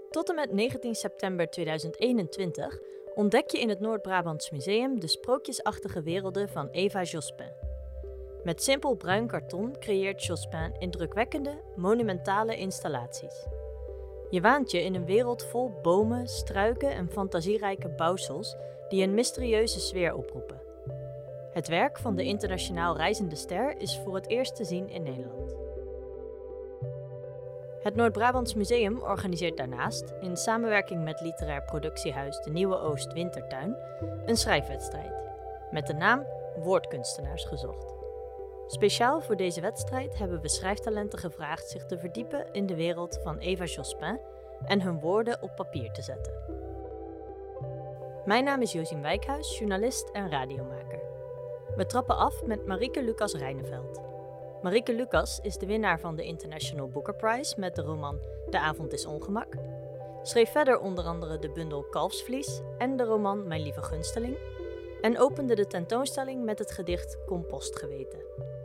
Tot en met 19 september 2021 ontdek je in het Noord-Brabants Museum de sprookjesachtige werelden van Eva Jospin. Met simpel bruin karton creëert Jospin indrukwekkende, monumentale installaties. Je waant je in een wereld vol bomen, struiken en fantasierijke bouwsels die een mysterieuze sfeer oproepen. Het werk van de internationaal reizende ster is voor het eerst te zien in Nederland. Het Noord-Brabants Museum organiseert daarnaast, in samenwerking met literair productiehuis De Nieuwe Oost Wintertuin, een schrijfwedstrijd, met de naam Woordkunstenaars gezocht. Speciaal voor deze wedstrijd hebben we schrijftalenten gevraagd zich te verdiepen in de wereld van Eva Jospin en hun woorden op papier te zetten. Mijn naam is Josien Wijkhuis, journalist en radiomaker. We trappen af met Marieke Lucas Rijneveld. Marieke Lucas is de winnaar van de International Booker Prize met de roman De avond is ongemak. Schreef verder onder andere de bundel Kalfsvlies en de roman Mijn lieve gunsteling. En opende de tentoonstelling met het gedicht Compostgeweten.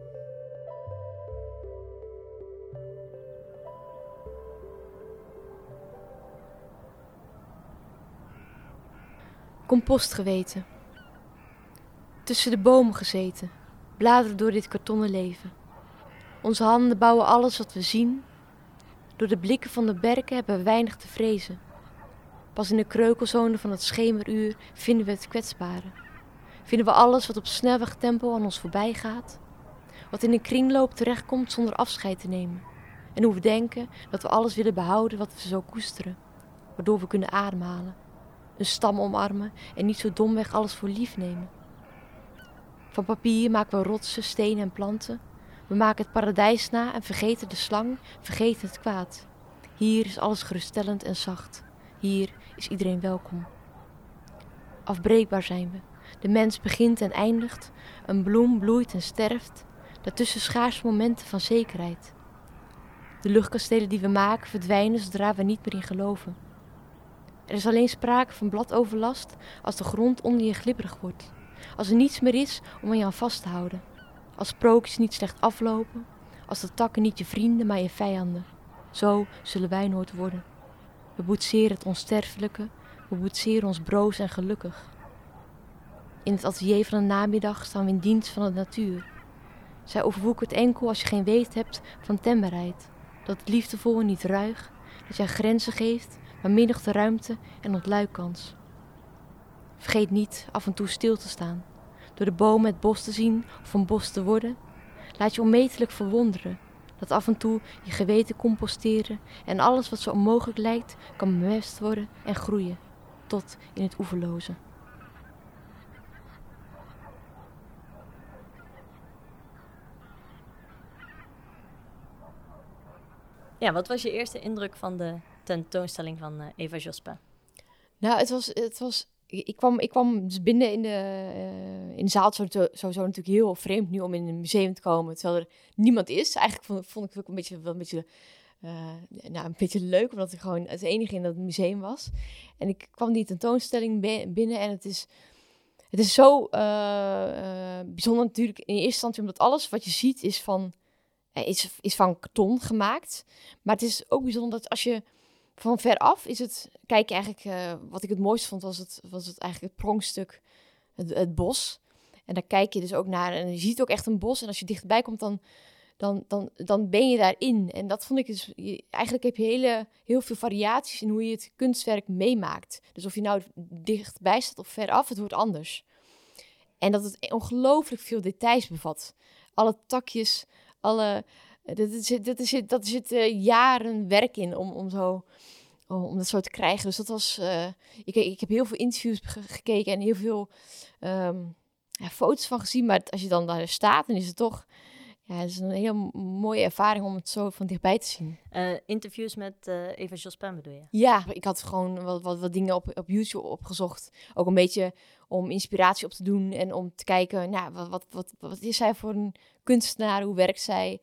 Compostgeweten. Tussen de bomen gezeten, bladeren door dit kartonnen leven. Onze handen bouwen alles wat we zien. Door de blikken van de berken hebben we weinig te vrezen. Pas in de kreukelzone van het schemeruur vinden we het kwetsbare. Vinden we alles wat op snelweg tempo aan ons voorbij gaat. Wat in een kringloop terechtkomt zonder afscheid te nemen. En hoe we denken dat we alles willen behouden wat we zo koesteren. Waardoor we kunnen ademhalen. Een stam omarmen en niet zo domweg alles voor lief nemen. Van papier maken we rotsen, stenen en planten. We maken het paradijs na en vergeten de slang, vergeten het kwaad. Hier is alles geruststellend en zacht. Hier is iedereen welkom. Afbreekbaar zijn we. De mens begint en eindigt. Een bloem bloeit en sterft. Daartussen schaarse momenten van zekerheid. De luchtkastelen die we maken verdwijnen zodra we niet meer in geloven. Er is alleen sprake van bladoverlast als de grond onder je glibberig wordt. Als er niets meer is om aan je aan vast te houden. Als sprookjes niet slecht aflopen. Als de takken niet je vrienden, maar je vijanden. Zo zullen wij nooit worden. We boetseren het onsterfelijke. We boetseren ons broos en gelukkig. In het atelier van de namiddag staan we in dienst van de natuur. Zij overwoekert enkel als je geen weet hebt van temperheid. Dat het liefdevol en niet ruig. Dat jij grenzen geeft, maar min nog de ruimte en ontluikkans. Vergeet niet af en toe stil te staan. Door de bomen het bos te zien of een bos te worden. Laat je onmetelijk verwonderen. Dat af en toe je geweten composteren en alles wat zo onmogelijk lijkt kan bemest worden en groeien. Tot in het oeverloze. Ja, wat was je eerste indruk van de tentoonstelling van Eva Jospin? Nou, het was ik kwam dus binnen in de zaal. Het is sowieso natuurlijk heel vreemd nu om in een museum te komen, terwijl er niemand is. Eigenlijk vond ik het ook een beetje leuk, omdat ik gewoon het enige in dat museum was. En ik kwam die tentoonstelling binnen en het is zo bijzonder natuurlijk in eerste instantie, omdat alles wat je ziet is van karton gemaakt. Maar het is ook bijzonder dat als je van ver af kijk je eigenlijk, wat ik het mooiste vond, was het eigenlijk het pronkstuk, het bos. En daar kijk je dus ook naar en je ziet ook echt een bos. En als je dichtbij komt, dan ben je daarin. En dat vond ik dus, eigenlijk heb je heel veel variaties in hoe je het kunstwerk meemaakt. Dus of je nou dichtbij staat of ver af, het wordt anders. En dat het ongelooflijk veel details bevat. Alle takjes, dat zit jaren werk in om dat zo te krijgen. Dus dat was... Ik heb heel veel interviews gekeken en heel veel foto's van gezien. Maar als je dan daar staat, dan is het toch... Ja, het is een heel mooie ervaring om het zo van dichtbij te zien. Interviews met Eva Jospin bedoel je? Ja, ik had gewoon wat dingen op YouTube opgezocht. Ook een beetje om inspiratie op te doen en om te kijken... Nou, wat is zij voor een kunstenaar? Hoe werkt zij?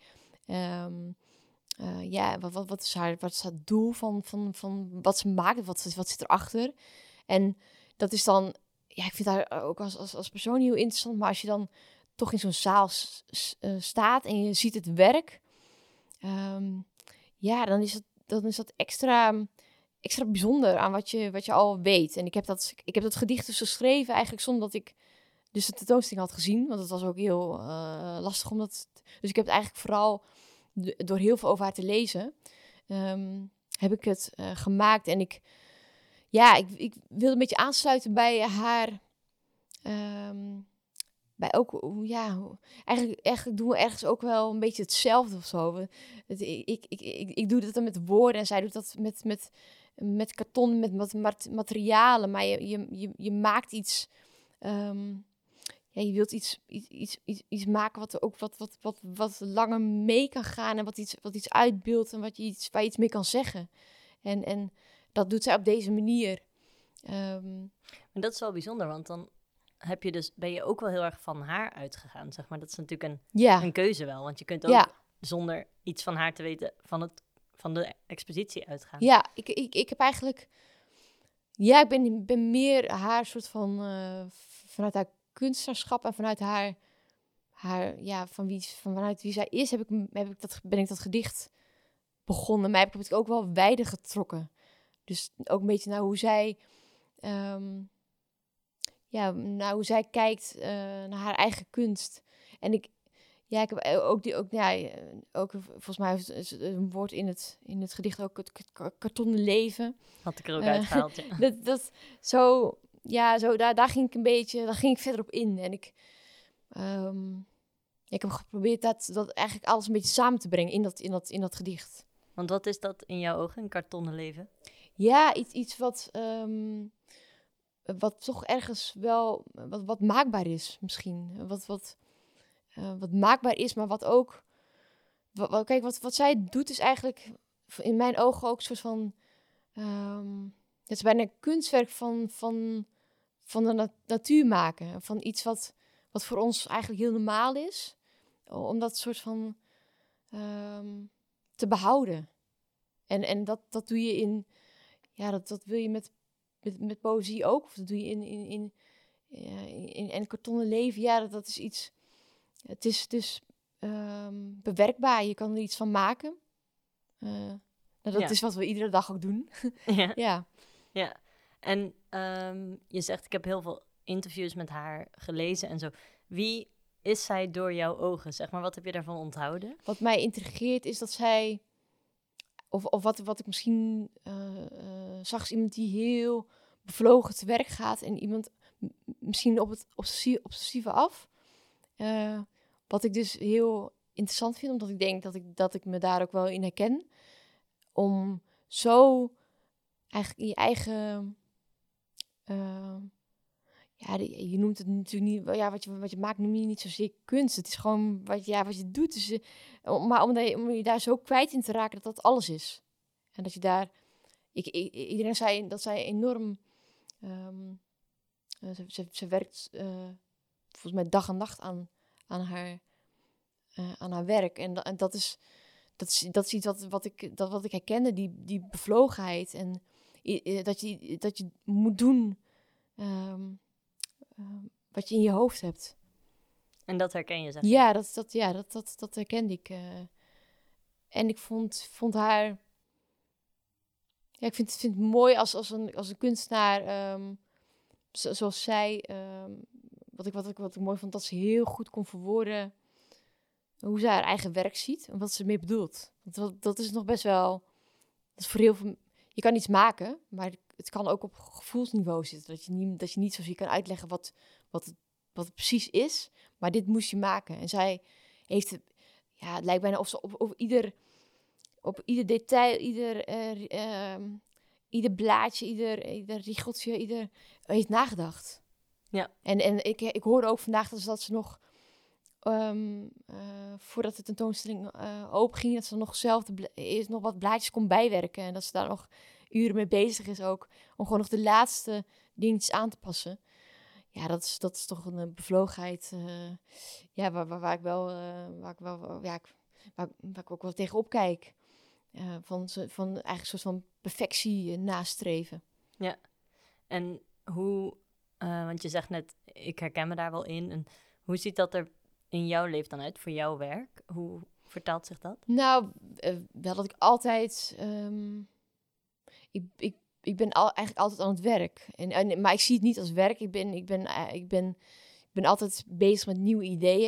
Wat is haar doel van wat ze maakt? Wat zit erachter? En dat is dan... Ja, ik vind haar ook als persoon heel interessant. Maar als je dan toch in zo'n zaal staat en je ziet het werk... dan is dat extra extra bijzonder aan wat je al weet. En ik heb dat gedicht dus geschreven eigenlijk zonder dat ik dus de tentoonstelling had gezien. Want het was ook heel lastig om dat... Dus ik heb het eigenlijk vooral door heel veel over haar te lezen... heb ik het gemaakt. En ik wilde een beetje aansluiten bij haar... bij ook, eigenlijk doen we ergens ook wel een beetje hetzelfde of zo. Ik doe dat dan met woorden en zij doet dat met karton, met materialen. Maar je maakt iets... je wilt iets maken wat er ook wat langer mee kan gaan en wat iets uitbeeldt en waar je iets mee kan zeggen. En dat doet zij op deze manier. En dat is wel bijzonder, want dan ben je ook wel heel erg van haar uitgegaan, zeg maar. Dat is natuurlijk een keuze wel, want je kunt ook zonder iets van haar te weten van de expositie uitgaan. Ja, ik heb eigenlijk... Ja, ik ben meer haar soort van... vanuit haar kunstenaarschap en vanuit haar vanuit wie zij is, ben ik dat gedicht begonnen. Maar heb ik het ook wel wijder getrokken. Dus ook een beetje naar hoe zij... naar hoe zij kijkt naar haar eigen kunst. En ik heb ook volgens mij is een woord in het gedicht ook het kartonnen leven. Had ik er ook uitgehaald, ja. Daar ging ik een beetje, daar ging ik verder op in. En ik heb geprobeerd dat eigenlijk alles een beetje samen te brengen in dat gedicht. Want wat is dat in jouw ogen, een kartonnen leven? Ja, iets wat toch ergens wel wat maakbaar is misschien. Wat maakbaar is, maar wat ook... Kijk, wat zij doet is eigenlijk in mijn ogen ook een soort van... het is bijna een kunstwerk van de natuur maken. Van iets wat voor ons eigenlijk heel normaal is. Om dat soort van te behouden. En dat doe je in... Ja, dat wil je met poëzie ook. Of dat doe je in kartonnen leven. Ja, dat is iets... Het is bewerkbaar. Je kan er iets van maken. Dat is wat we iedere dag ook doen. Ja. En je zegt, ik heb heel veel interviews met haar gelezen en zo. Wie is zij door jouw ogen? Zeg maar, wat heb je daarvan onthouden? Wat mij intrigeert is dat zij... Of wat ik misschien zag, is iemand die heel bevlogen te werk gaat. En iemand misschien op het obsessieve af. Wat ik dus heel interessant vind, omdat ik denk dat ik me daar ook wel in herken. Om zo eigenlijk in je eigen... je noemt het natuurlijk niet... Ja, wat je maakt noem je niet zozeer kunst. Het is gewoon wat je doet. Dus, maar om je daar zo kwijt in te raken dat alles is. En dat je daar... Iedereen zei dat zij enorm... Ze werkt volgens mij dag en nacht aan haar werk. En dat is iets wat ik herkende, die bevlogenheid. En dat je moet doen wat je in je hoofd hebt. En dat herken je, zeg je? Ja, dat herkende ik. En ik vond haar... Ja, ik vind het mooi als een kunstenaar... zoals zij... Wat ik mooi vond, dat ze heel goed kon verwoorden... hoe zij haar eigen werk ziet en wat ze ermee bedoelt. Dat is nog best wel... Dat is voor heel veel... Je kan iets maken, maar het kan ook op gevoelsniveau zitten. Dat je niet zozeer kan uitleggen wat het precies is. Maar dit moest je maken. En zij heeft... het lijkt bijna of ze op ieder detail, ieder blaadje, ieder richeltje, heeft nagedacht. Ja. En ik hoorde ook vandaag dat ze nog... voordat de tentoonstelling open ging, dat ze nog zelf eerst nog wat blaadjes kon bijwerken. En dat ze daar nog uren mee bezig is ook. Om gewoon nog de laatste dingetjes aan te passen. Ja, dat is toch een bevlogenheid. Waar ik ook wel tegenop kijk. Van eigenlijk een soort van perfectie nastreven. Ja, en hoe... want je zegt net, ik herken me daar wel in. En hoe ziet dat er in jouw leven dan uit, voor jouw werk? Hoe vertaalt zich dat? Nou, wel dat ik altijd... ik ben eigenlijk altijd aan het werk. Maar ik zie het niet als werk. Ik ben altijd bezig met nieuwe ideeën.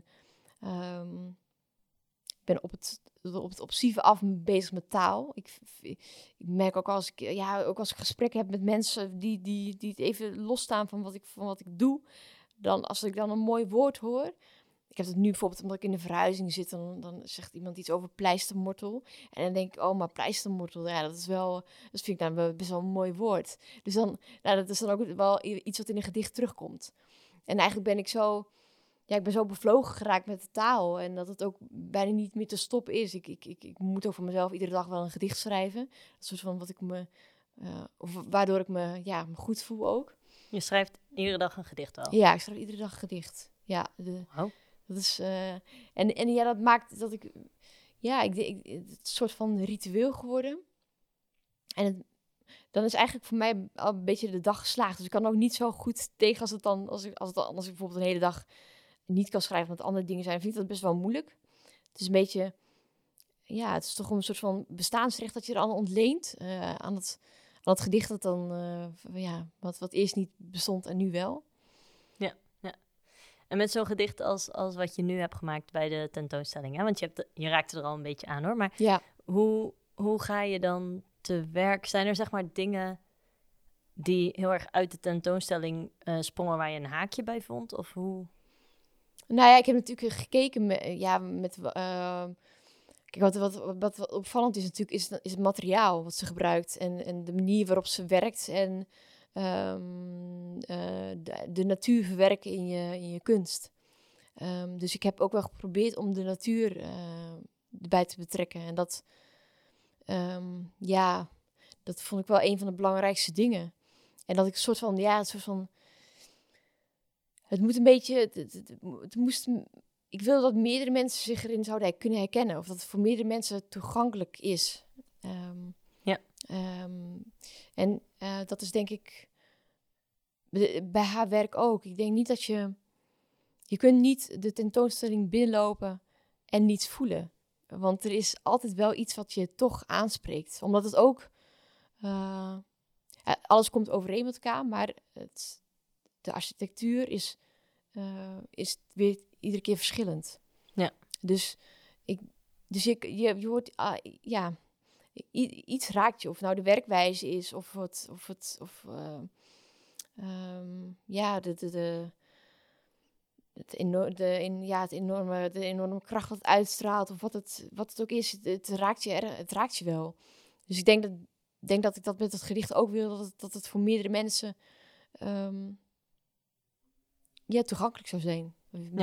Ik ben op het obsessieve af bezig met taal. Ik merk ook ook als ik gesprekken heb met mensen die het even losstaan van wat ik doe. Dan als ik dan een mooi woord hoor. Ik heb het nu bijvoorbeeld omdat ik in de verhuizing zit. Dan zegt iemand iets over pleistermortel. En dan denk ik, oh, maar pleistermortel, ja, dat vind ik dan best wel een mooi woord. Dus dan, dat is dan ook wel iets wat in een gedicht terugkomt. En eigenlijk ben ik ik ben zo bevlogen geraakt met de taal. En dat het ook bijna niet meer te stoppen is. Ik moet ook voor mezelf iedere dag wel een gedicht schrijven. Dat soort van waardoor ik me goed voel ook. Je schrijft iedere dag een gedicht al? Ja, ik schrijf iedere dag een gedicht. Ja, dat is... dat maakt dat ik... Ja, het is een soort van ritueel geworden. En dan is eigenlijk voor mij al een beetje de dag geslaagd. Dus ik kan ook niet zo goed tegen als ik bijvoorbeeld een hele dag niet kan schrijven, want andere dingen zijn, vind ik dat best wel moeilijk. Het is een beetje, het is toch een soort van bestaansrecht dat je er aan ontleent. Aan het gedicht dat dan, wat eerst niet bestond en nu wel. Ja. En met zo'n gedicht als wat je nu hebt gemaakt bij de tentoonstelling, hè? Want je raakte er al een beetje aan, hoor. Maar ja. Hoe ga je dan te werk? Zijn er zeg maar dingen die heel erg uit de tentoonstelling sprongen waar je een haakje bij vond? Of hoe? Nou ja, ik heb natuurlijk gekeken kijk, wat opvallend is natuurlijk, is het materiaal wat ze gebruikt en de manier waarop ze werkt en de natuur verwerken in je kunst. Dus ik heb ook wel geprobeerd om de natuur erbij te betrekken. En dat vond ik wel een van de belangrijkste dingen. En dat ik het moet een beetje, ik wil dat meerdere mensen zich erin zouden kunnen herkennen. Of dat het voor meerdere mensen toegankelijk is. En dat is denk ik bij haar werk ook. Ik denk niet dat je kunt niet de tentoonstelling binnenlopen en niets voelen. Want er is altijd wel iets wat je toch aanspreekt. Omdat het ook, alles komt overeen met elkaar, maar de architectuur is weer iedere keer verschillend. Ja. Dus je hoort, iets raakt je. Of nou de werkwijze is, de enorme kracht wat het uitstraalt. Of wat het ook is, het raakt je wel. Dus ik denk dat ik dat met het gedicht ook wil, dat het voor meerdere mensen toegankelijk zou zijn.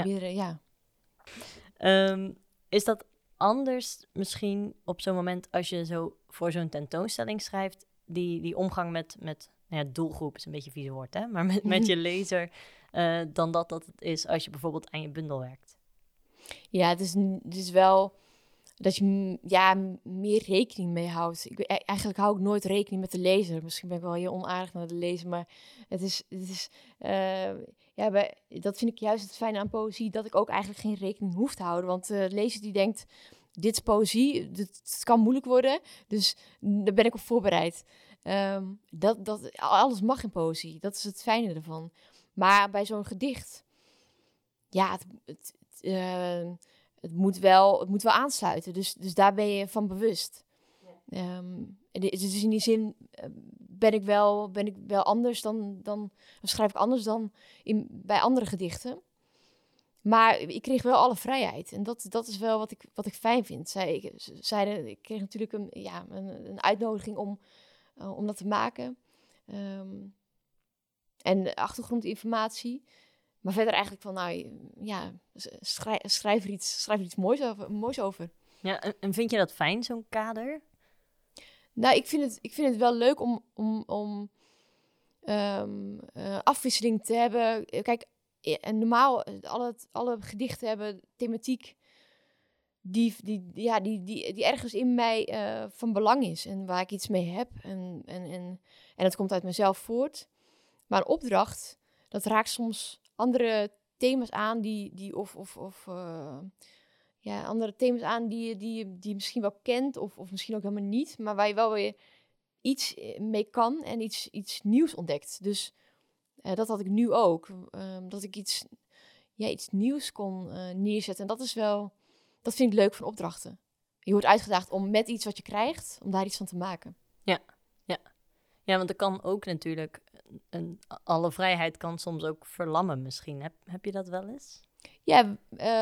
Is dat anders misschien op zo'n moment als je zo voor zo'n tentoonstelling schrijft, die omgang met doelgroep is een beetje een vieze woord, hè? Maar met je lezer, dan dat het is als je bijvoorbeeld aan je bundel werkt? Ja, het is wel dat je meer rekening mee houdt. Eigenlijk hou ik nooit rekening met de lezer. Misschien ben ik wel heel onaardig naar de lezer, maar dat vind ik juist het fijne aan poëzie, dat ik ook eigenlijk geen rekening hoef te houden. Want de lezer die denkt, dit is poëzie, het kan moeilijk worden, dus daar ben ik op voorbereid. Dat alles mag in poëzie, dat is het fijne ervan. Maar bij zo'n gedicht, het moet wel aansluiten. Dus daar ben je van bewust. Dus in die zin ben ik wel anders dan schrijf ik anders dan bij andere gedichten. Maar ik kreeg wel alle vrijheid. En dat is wel wat ik fijn vind. Ik kreeg natuurlijk een uitnodiging om dat te maken. En achtergrondinformatie. Maar verder eigenlijk van, schrijf er iets moois over. Ja, en vind je dat fijn, zo'n kader? Nou, ik vind het wel leuk om afwisseling te hebben. Kijk, en normaal, alle gedichten hebben thematiek die ergens in mij van belang is. En waar ik iets mee heb. En dat komt uit mezelf voort. Maar een opdracht, dat raakt soms andere thema's aan andere thema's aan die je misschien wel kent of misschien ook helemaal niet, maar waar je wel weer iets mee kan en iets nieuws ontdekt. Dus dat had ik nu ook. Dat ik iets nieuws kon neerzetten. En dat vind ik leuk van opdrachten. Je wordt uitgedaagd om met iets wat je krijgt, om daar iets van te maken. Ja, want er kan ook natuurlijk... alle vrijheid kan soms ook verlammen misschien. Heb je dat wel eens? Ja,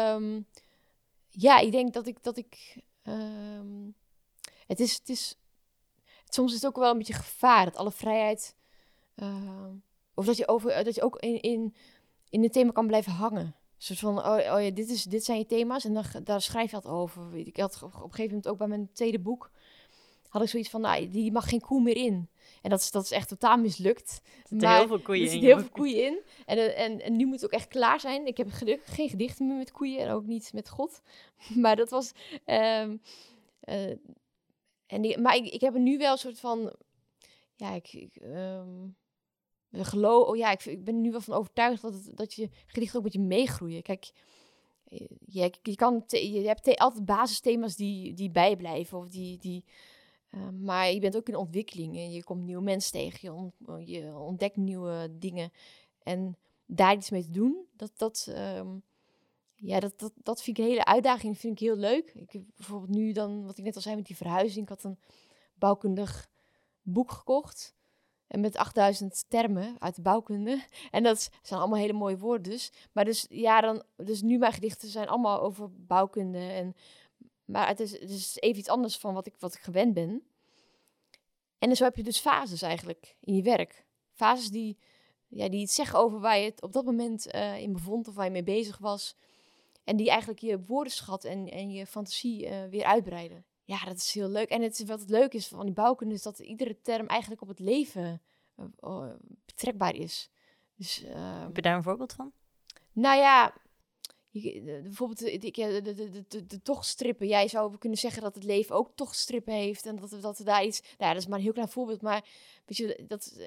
ik denk dat ik het is soms is het ook wel een beetje gevaar dat alle vrijheid of dat je ook in een thema kan blijven hangen. Een soort van ja, dit zijn je thema's en daar schrijf je wat over. Ik had op een gegeven moment ook bij mijn tweede boek had ik zoiets van, nou, die mag geen koe meer in. En dat is echt totaal mislukt. Er zitten heel veel koeien in. Er zitten heel veel koeien in. En nu moet het ook echt klaar zijn. Ik heb geen gedichten meer met koeien en ook niet met God. Maar dat was... maar ik heb er nu wel een soort van... Ja, ik ben er nu wel van overtuigd dat je gedichten ook met je meegroeien. Kijk, je hebt altijd basisthema's die bijblijven of maar je bent ook in ontwikkeling en je komt nieuwe mensen tegen, je ontdekt nieuwe dingen. En daar iets mee te doen, dat vind ik een hele uitdaging, vind ik heel leuk. Ik heb bijvoorbeeld nu dan, wat ik net al zei met die verhuizing, ik had een bouwkundig boek gekocht. En met 8000 termen uit de bouwkunde. En dat zijn allemaal hele mooie woorden dus. Maar dus nu mijn gedichten zijn allemaal over bouwkunde. Maar het is even iets anders van wat ik gewend ben. En zo heb je dus fases eigenlijk in je werk. Fases die iets zeggen over waar je het op dat moment in bevond of waar je mee bezig was. En die eigenlijk je woordenschat en je fantasie weer uitbreiden. Ja, dat is heel leuk. En wat het leuk is van die bouwkunde is dat iedere term eigenlijk op het leven betrekbaar is. Dus, heb je daar een voorbeeld van? Nou ja, bijvoorbeeld de tochtstrippen. Jij zou kunnen zeggen dat het leven ook tochtstrippen heeft. En dat er daar iets... Nou, dat is maar een heel klein voorbeeld. Maar weet je,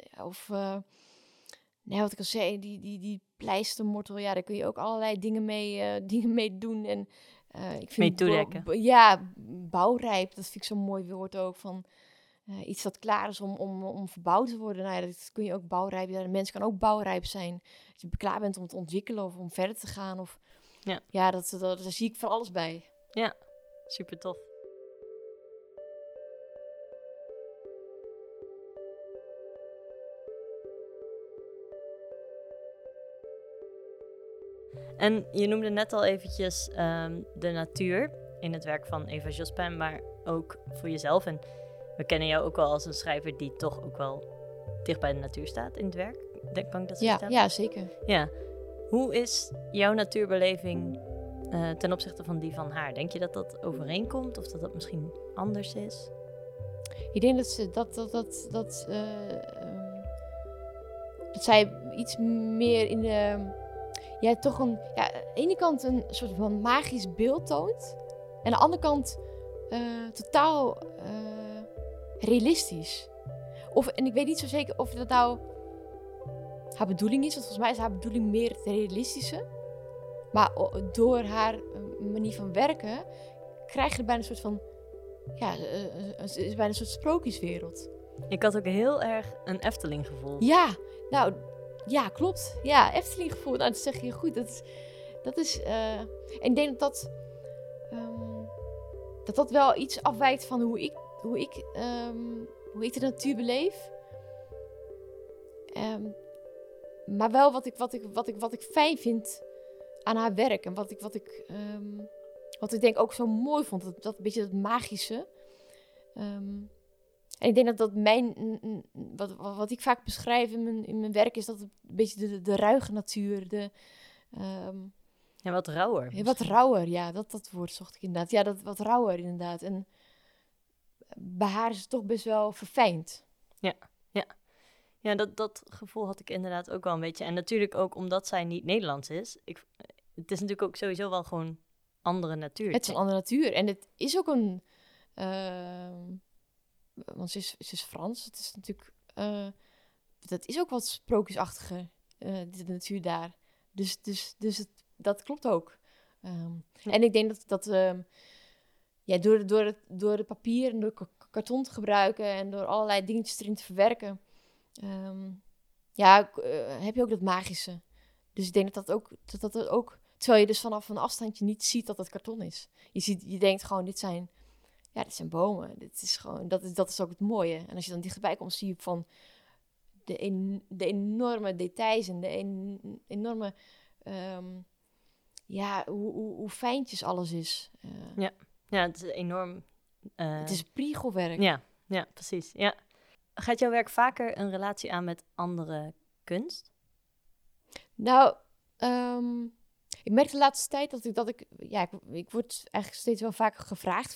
wat ik al zei, die pleistermortel. Ja, daar kun je ook allerlei dingen mee doen. En ik vind mee toedekken. Bouwrijp, dat vind ik zo'n mooi woord ook. Van iets dat klaar is om verbouwd te worden. Nou ja, dat kun je ook bouwrijp. Ja, de mens kan ook bouwrijp zijn. Als je klaar bent om te ontwikkelen of om verder te gaan. Of... Ja, daar zie ik van alles bij. Ja, super tof. En je noemde net al eventjes de natuur in het werk van Eva Jospin, maar ook voor jezelf. En we kennen jou ook wel als een schrijver die toch ook wel dicht bij de natuur staat in het werk. Kan ik dat zo stellen? Ja, zeker. Ja. Hoe is jouw natuurbeleving ten opzichte van die van haar? Denk je dat dat overeenkomt of dat dat misschien anders is? Ik denk dat zij iets meer in de... Ja, toch aan de ene kant een soort van magisch beeld toont. En aan de andere kant totaal realistisch. En ik weet niet zo zeker of dat nou haar bedoeling is. Want volgens mij is haar bedoeling meer het realistische. Maar door haar manier van werken krijg je bijna een soort van... Ja, het is bijna een soort sprookjeswereld. Ik had ook heel erg een Efteling gevoel. Ja, nou... Ja, klopt. Ja, Efteling gevoel. Nou, dat zeg je goed. Dat is... En ik denk dat wel iets afwijkt van hoe ik de natuur beleef. Maar wel wat ik fijn vind aan haar werk. En wat ik denk ook zo mooi vond. Dat beetje dat magische. En ik denk dat wat ik vaak beschrijf in mijn werk is dat het een beetje de ruige natuur. Wat rauwer. Ja, wat rauwer, ja. Dat woord zocht ik inderdaad. Ja, dat wat rauwer inderdaad. En bij haar is het toch best wel verfijnd. Ja, dat gevoel had ik inderdaad ook wel een beetje. En natuurlijk ook omdat zij niet Nederlands is. Het is natuurlijk ook sowieso wel gewoon andere natuur. Het is een andere natuur. En het is ook een... want ze is Frans. Het is natuurlijk... dat is ook wat sprookjesachtiger, de natuur daar. Dus dat klopt ook. En ik denk dat door het papier en door karton te gebruiken en door allerlei dingetjes erin te verwerken, heb je ook dat magische. Dus ik denk dat ook, terwijl je dus vanaf een afstandje niet ziet dat het karton is. Je denkt gewoon, dit zijn bomen. Dit is gewoon, dat is ook het mooie. En als je dan dichterbij komt, zie je van de enorme details en de enorme, hoe fijntjes alles is. Ja, het is enorm. Het is priegelwerk. Ja, precies. Ja. Gaat jouw werk vaker een relatie aan met andere kunst? Nou, ik merk de laatste tijd ik word eigenlijk steeds wel vaker gevraagd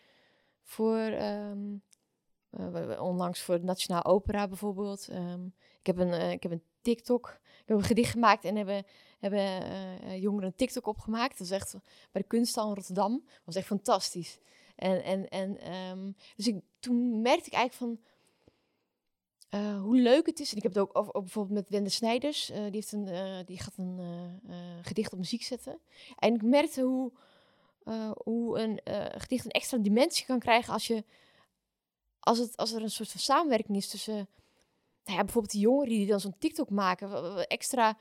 onlangs voor het Nationaal Opera bijvoorbeeld. Ik heb een TikTok. Ik heb een gedicht gemaakt en hebben jongeren een TikTok opgemaakt. Dat is echt bij de Kunsthal in Rotterdam. Dat was echt fantastisch. Dus toen merkte ik eigenlijk van hoe leuk het is. En ik heb het ook bijvoorbeeld met Wende Snijders. Die gaat een gedicht op muziek zetten. En ik merkte hoe een gedicht een extra dimensie kan krijgen als er een soort van samenwerking is tussen bijvoorbeeld die jongeren die dan zo'n TikTok maken, extra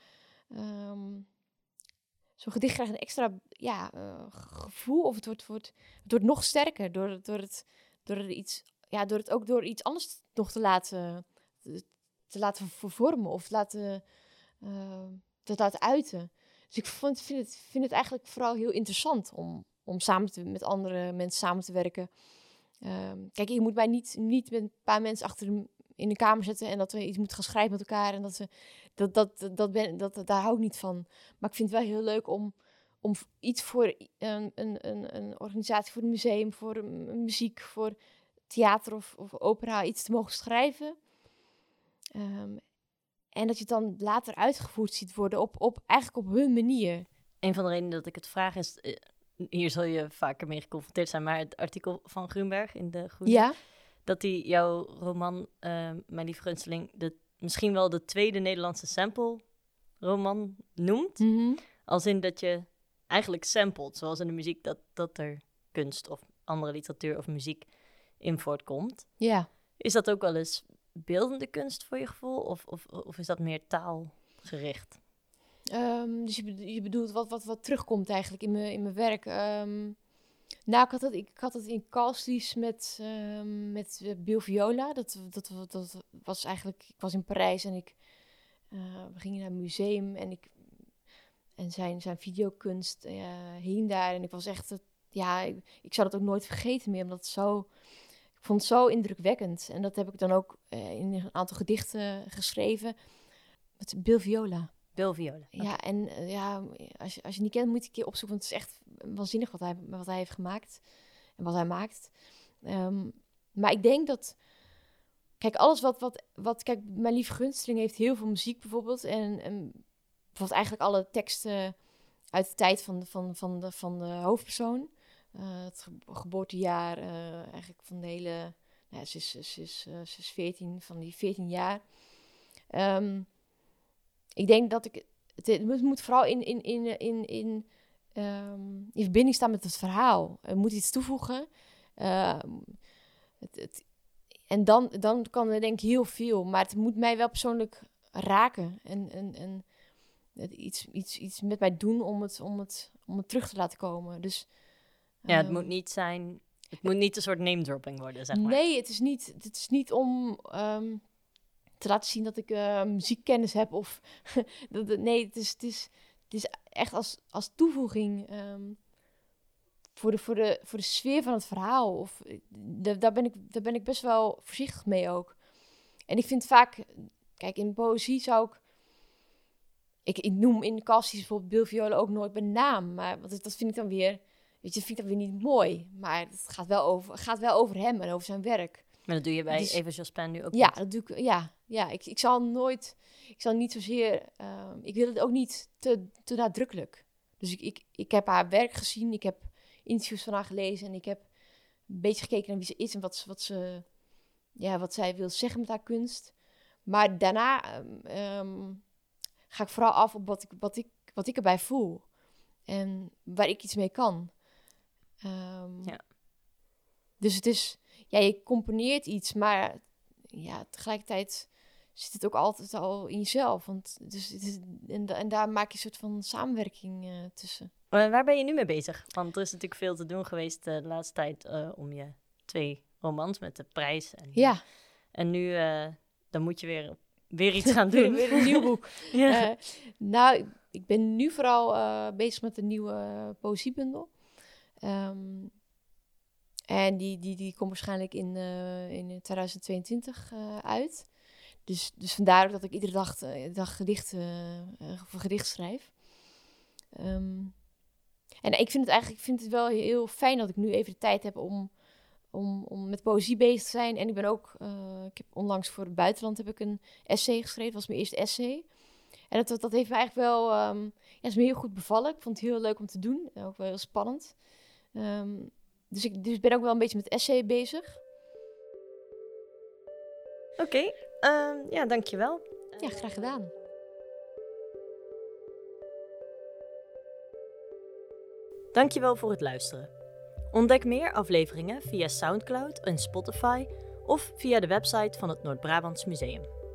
zo'n gedicht krijgt een extra gevoel, of het wordt nog sterker door het ook door iets anders nog te laten vervormen of te laten uiten. Dus ik vind het eigenlijk vooral heel interessant om met andere mensen samen te werken. Kijk, je moet mij niet met een paar mensen in de kamer zetten en dat we iets moeten gaan schrijven met elkaar. En daar hou ik niet van. Maar ik vind het wel heel leuk om iets voor een organisatie, voor een museum, voor muziek, voor theater of opera iets te mogen schrijven. En dat je het dan later uitgevoerd ziet worden eigenlijk op hun manier. Een van de redenen dat ik het vraag is, hier zul je vaker mee geconfronteerd zijn, maar het artikel van Grunberg in De Groene, ja? Dat hij jouw roman, Mijn Lieve Gunsteling, misschien wel de tweede Nederlandse sample-roman noemt. Mm-hmm. Als in dat je eigenlijk samplet, zoals in de muziek, dat er kunst of andere literatuur of muziek in voortkomt. Ja. Is dat ook wel eens beeldende kunst voor je gevoel? Of is dat meer taalgericht? Dus je bedoelt wat terugkomt eigenlijk in mijn werk. Nou, ik had het in Kalslies met Bill Viola. Dat was eigenlijk... Ik was in Parijs en we gingen naar een museum en zijn videokunst hing daar. En ik was echt... ik zou dat ook nooit vergeten meer, omdat ik vond het zo indrukwekkend. En dat heb ik dan ook in een aantal gedichten geschreven. Met Bill Viola. Bill Viola. Okay. Ja, en als je niet kent, moet je een keer opzoeken. Want het is echt waanzinnig wat hij heeft gemaakt. En wat hij maakt. Maar ik denk dat... Kijk, alles Kijk, Mijn Lieve Gunsteling heeft heel veel muziek bijvoorbeeld. En bijvoorbeeld eigenlijk alle teksten uit de tijd van de hoofdpersoon. Het geboortejaar eigenlijk van de hele... ze is 14, van die 14 jaar. Ik denk dat het moet vooral in verbinding staan met het verhaal. Er moet iets toevoegen. En dan kan er denk ik heel veel. Maar het moet mij wel persoonlijk raken. En iets met mij doen om het terug te laten komen. Dus, ja, het moet niet zijn... Het moet niet een soort name-dropping worden, zeg maar. Nee, het is niet om... te laten zien dat ik muziekkennis heb of... nee, het is echt als toevoeging voor de sfeer van het verhaal. Of, daar ben ik best wel voorzichtig mee ook. En ik vind vaak... Kijk, in poëzie zou ik noem in de casties bijvoorbeeld Bill Viola ook nooit bij naam. Maar dat vind ik dan weer... Weet je, dat vind ik dan weer niet mooi. Maar het gaat wel over hem en over zijn werk. Maar dat doe je bij Eva Jospin nu ook ja, niet? Dat doe ik. Ja. Ik zal niet zozeer... ik wil het ook niet te nadrukkelijk. Dus ik heb haar werk gezien. Ik heb interviews van haar gelezen. En ik heb een beetje gekeken naar wie ze is. En wat zij wil zeggen met haar kunst. Maar daarna ga ik vooral af op wat ik erbij voel. En waar ik iets mee kan. Ja. Dus het is... ja, je componeert iets, maar ja, tegelijkertijd zit het ook altijd al in jezelf. Want en daar maak je een soort van samenwerking tussen. Waar ben je nu mee bezig? Want er is natuurlijk veel te doen geweest de laatste tijd om je 2 romans met de prijs. En nu dan moet je weer iets gaan doen. Weer een nieuw boek. Ja. Nou, ik ben nu vooral bezig met een nieuwe poëziebundel. En die komt waarschijnlijk in 2022 uit. Dus vandaar ook dat ik iedere dag gedicht schrijf. En ik vind het wel heel fijn dat ik nu even de tijd heb om met poëzie bezig te zijn. En ik ben ook, ik heb onlangs voor het buitenland heb ik een essay geschreven. Dat was mijn eerste essay. En dat heeft me eigenlijk wel, is me heel goed bevallen. Ik vond het heel leuk om te doen. Ook wel heel spannend. Dus ik ben ook wel een beetje met essay bezig. Oké, ja, dankjewel. Ja, graag gedaan. Dankjewel voor het luisteren. Ontdek meer afleveringen via Soundcloud en Spotify of via de website van het Noord-Brabants Museum.